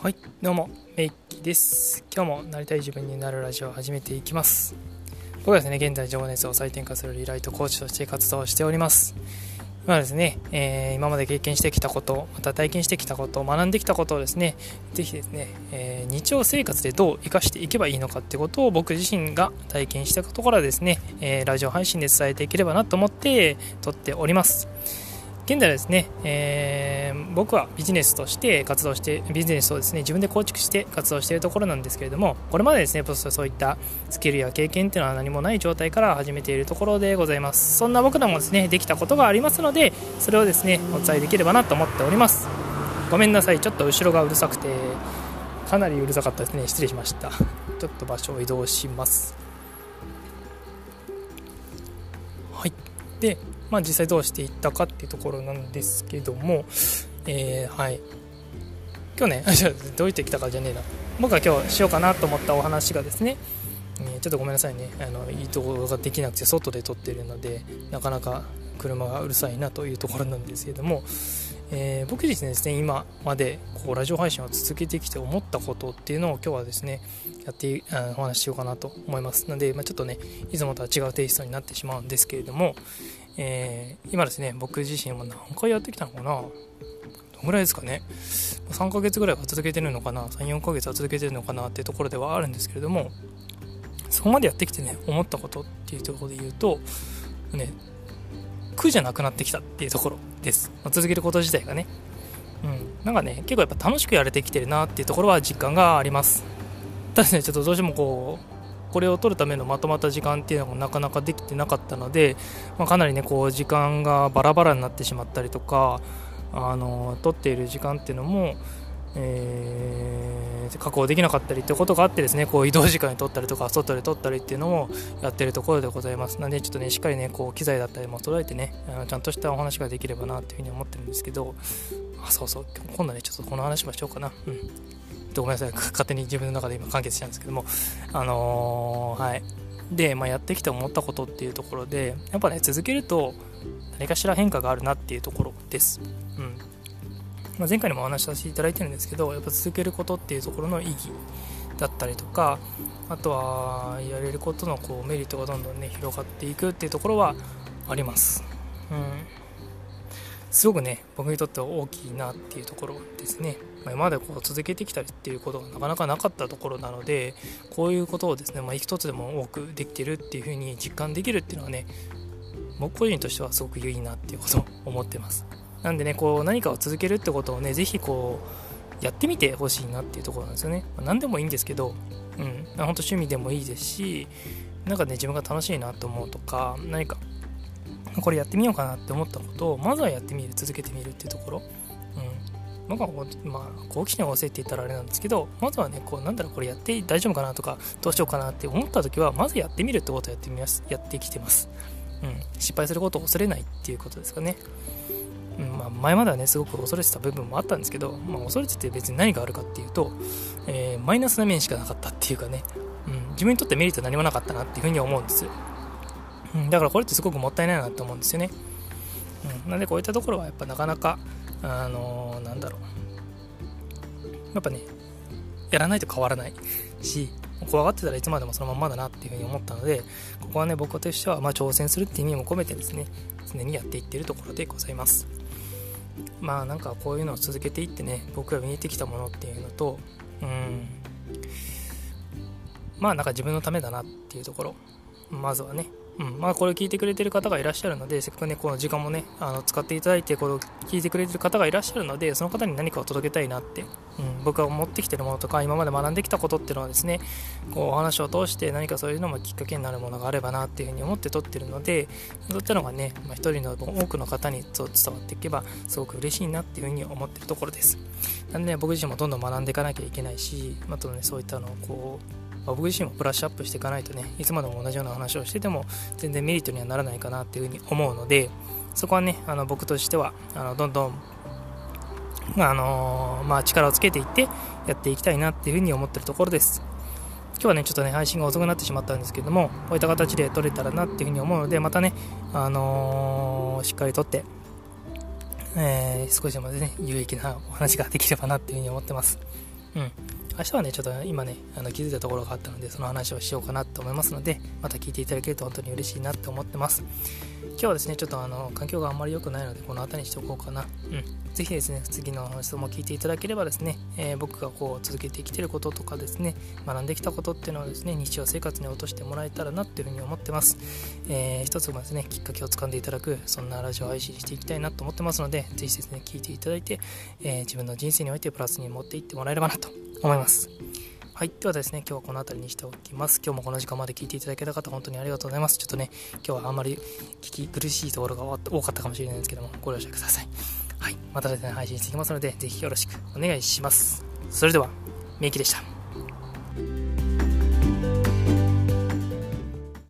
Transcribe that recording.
はい、どうもメイキです。今日もなりたい自分になるラジオを始めていきます。僕はですね、現在情熱を再転化するリライトコーチとして活動しております。今はですね、今まで経験してきたこと、また体験してきたこと、学んできたことをですね、ぜひですね、日常生活でどう生かしていけばいいのかってことを僕自身が体験したところはですね、ラジオ配信で伝えていければなと思って撮っております。現在はですね、僕はビジネスとして活動して、ビジネスをですね自分で構築して活動しているところなんですけれども、これまでですねそういったスキルや経験っていうのは何もない状態から始めているところでございます。そんな僕らもですねできたことがありますので、それをですねお伝えできればなと思っております。ごめんなさい、ちょっと後ろがうるさくてかなりうるさかったですね。失礼しました。ちょっと場所を移動します。はい。で、実際どうしていったかっていうところなんですけども、はい。今日ね、どう言ってきたかじゃねえな。僕が今日しようかなと思ったお話がですね、ちょっとごめんなさいね。いいところができなくて外で撮っているので、なかなか車がうるさいなというところなんですけども、僕自身ですね、今までラジオ配信を続けてきて思ったことっていうのを今日はですねお話ししようかなと思います。ので、ちょっとねいつもとは違うテイストになってしまうんですけれども、今ですね僕自身も何回やってきたのかな、どのぐらいですかね、3ヶ月ぐらいは続けてるのかな、3、4ヶ月は続けてるのかなっていうところではあるんですけれども、そこまでやってきてね思ったことっていうところで言うとね、苦じゃなくなってきたっていうところです。続けること自体がね、なんかね結構やっぱ楽しくやれてきてるなっていうところは実感があります。ただね、ちょっとどうしてもこれを取るためのまとまった時間っていうのがなかなかできてなかったので、かなりね時間がバラバラになってしまったりとか、取っている時間っていうのも、確保できなかったりってことがあってですね、移動時間に取ったりとか外で取ったりっていうのもやってるところでございます。なのでちょっとねしっかりね機材だったりも揃えてねちゃんとしたお話ができればなというふうに思ってるんですけど、そう今度ねちょっとこの話もしようかな。ごめんなさい、勝手に自分の中で今完結したんですけども、はいで、やってきて思ったことっていうところで、やっぱね続けると何かしら変化があるなっていうところです。前回にもお話しさせていただいてるんですけど、やっぱ続けることっていうところの意義だったりとか、あとはやれることのメリットがどんどんね広がっていくっていうところはあります。すごくね僕にとっては大きいなっていうところですね。今まで続けてきたりっていうことがなかなかなかったところなので、こういうことをですね一つでも多くできてるっていうふうに実感できるっていうのはね、僕個人としてはすごくいいなっていうことを思ってます。なんでね何かを続けるってことをねぜひやってみてほしいなっていうところなんですよね。何でもいいんですけど、本当趣味でもいいですし、なんかね自分が楽しいなと思うとか、何かこれやってみようかなって思ったことをまずはやってみる、続けてみるっていうところ、僕は好奇心旺盛って言ったらあれなんですけど、まずはねこれやって大丈夫かなとかどうしようかなって思った時はまずやってみるってことをやってきてます。失敗することを恐れないっていうことですかね。前まではねすごく恐れてた部分もあったんですけど、恐れてて別に何があるかっていうと、マイナスな面しかなかったっていうかね、自分にとってメリット何もなかったなっていうふうに思うんですよ。だからこれってすごくもったいないなと思うんですよね。なのでこういったところはやっぱなかなかやっぱねやらないと変わらないし、怖がってたらいつまでもそのまんまだなっていうふうに思ったので、ここはね僕としては挑戦するっていう意味も込めてですね常にやっていっているところでございます。なんかこういうのを続けていってね、僕が見えてきたものっていうのと、なんか自分のためだなっていうところ、まずはね、これを聞いてくれてる方がいらっしゃるので、せっかくねこの時間もね使っていただいてこれを聞いてくれてる方がいらっしゃるので、その方に何かを届けたいなって、僕が持ってきてるものとか今まで学んできたことっていうのはですね、お話を通して何かそういうのもきっかけになるものがあればなっていうふうに思って撮ってるので、そういったのがね、一人の多くの方に伝わっていけばすごく嬉しいなっていうふうに思ってるところです。なので、僕自身もどんどん学んでいかなきゃいけないし、あとねそういったのを僕自身もブラッシュアップしていかないとね、いつまでも同じような話をしてても全然メリットにはならないかなっていうふうに思うので、そこはね僕としてはどんどん力をつけていってやっていきたいなっていうふうに思ってるところです。今日はねちょっとね配信が遅くなってしまったんですけども、こういった形で撮れたらなっていうふうに思うので、またねしっかり撮って、少しでもね有益なお話ができればなっていうふうに思ってます。 明日はねちょっと今ね気づいたところがあったので、その話をしようかなと思いますので、また聞いていただけると本当に嬉しいなと思ってます。今日はですねちょっと環境があんまり良くないのでこの辺りにしておこうかな。ぜひですね次の放送も聞いていただければですね、僕がこう続けてきていることとかですね、学んできたことっていうのをですね日常生活に落としてもらえたらなっていうふうに思ってます。一つもですねきっかけをつかんでいただく、そんなラジオ配信していきたいなと思ってますので、ぜひですね聞いていただいて、自分の人生においてプラスに持っていってもらえればなと思います。はい、ではですね今日はこの辺りにしておきます。今日もこの時間まで聞いていただけた方本当にありがとうございます。ちょっとね今日はあんまり聞き苦しいところが多かったかもしれないんですけども、ご了承ください。はい、またですね配信していきますので、ぜひよろしくお願いします。それではみゆきでした。